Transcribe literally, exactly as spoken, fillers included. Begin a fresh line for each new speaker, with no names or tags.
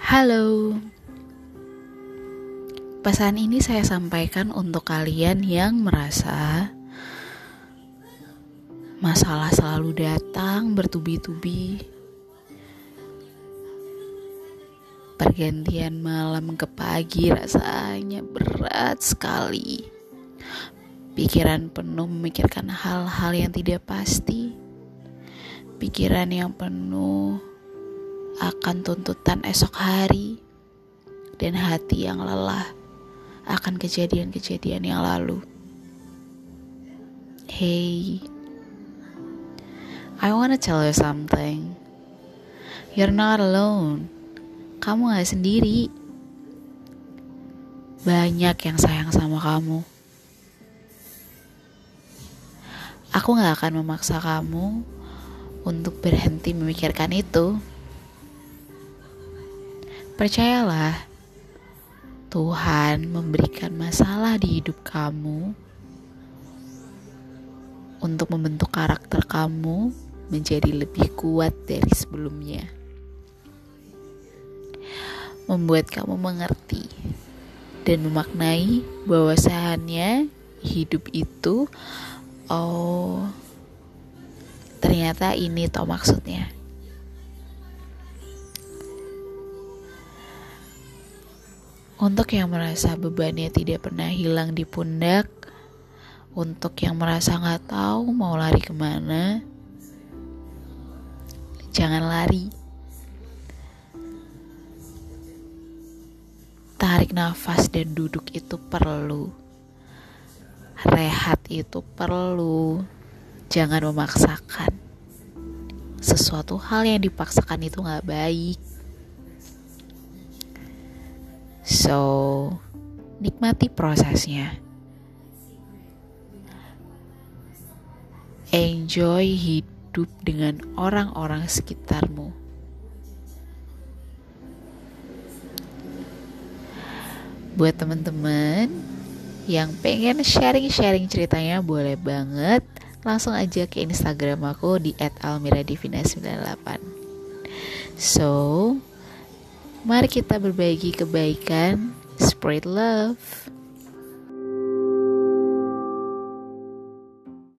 Halo, pesan ini saya sampaikan untuk kalian yang merasa masalah selalu datang bertubi-tubi, pergantian malam ke pagi rasanya berat sekali, pikiran penuh memikirkan hal-hal yang tidak pasti, pikiran yang penuh akan tuntutan esok hari, dan hati yang lelah akan kejadian-kejadian yang lalu. Hey, I wanna tell you something. You're not alone. Kamu gak sendiri. Banyak yang sayang sama kamu. Aku gak akan memaksa kamu untuk berhenti memikirkan itu. Percayalah, Tuhan memberikan masalah di hidup kamu untuk membentuk karakter kamu menjadi lebih kuat dari sebelumnya. Membuat kamu mengerti dan memaknai bahwasannya hidup itu, oh, ternyata ini toh maksudnya. Untuk yang merasa bebannya tidak pernah hilang di pundak, untuk yang merasa gak tahu mau lari kemana, jangan lari. Tarik nafas dan duduk itu perlu. Rehat itu perlu. Jangan memaksakan. Sesuatu hal yang dipaksakan itu gak baik. So, nikmati prosesnya. Enjoy hidup dengan orang-orang sekitarmu. Buat teman-teman yang pengen sharing-sharing ceritanya, boleh banget langsung aja ke Instagram aku di et almiradivina sembilan delapan. So, mari kita berbagi kebaikan, spread love.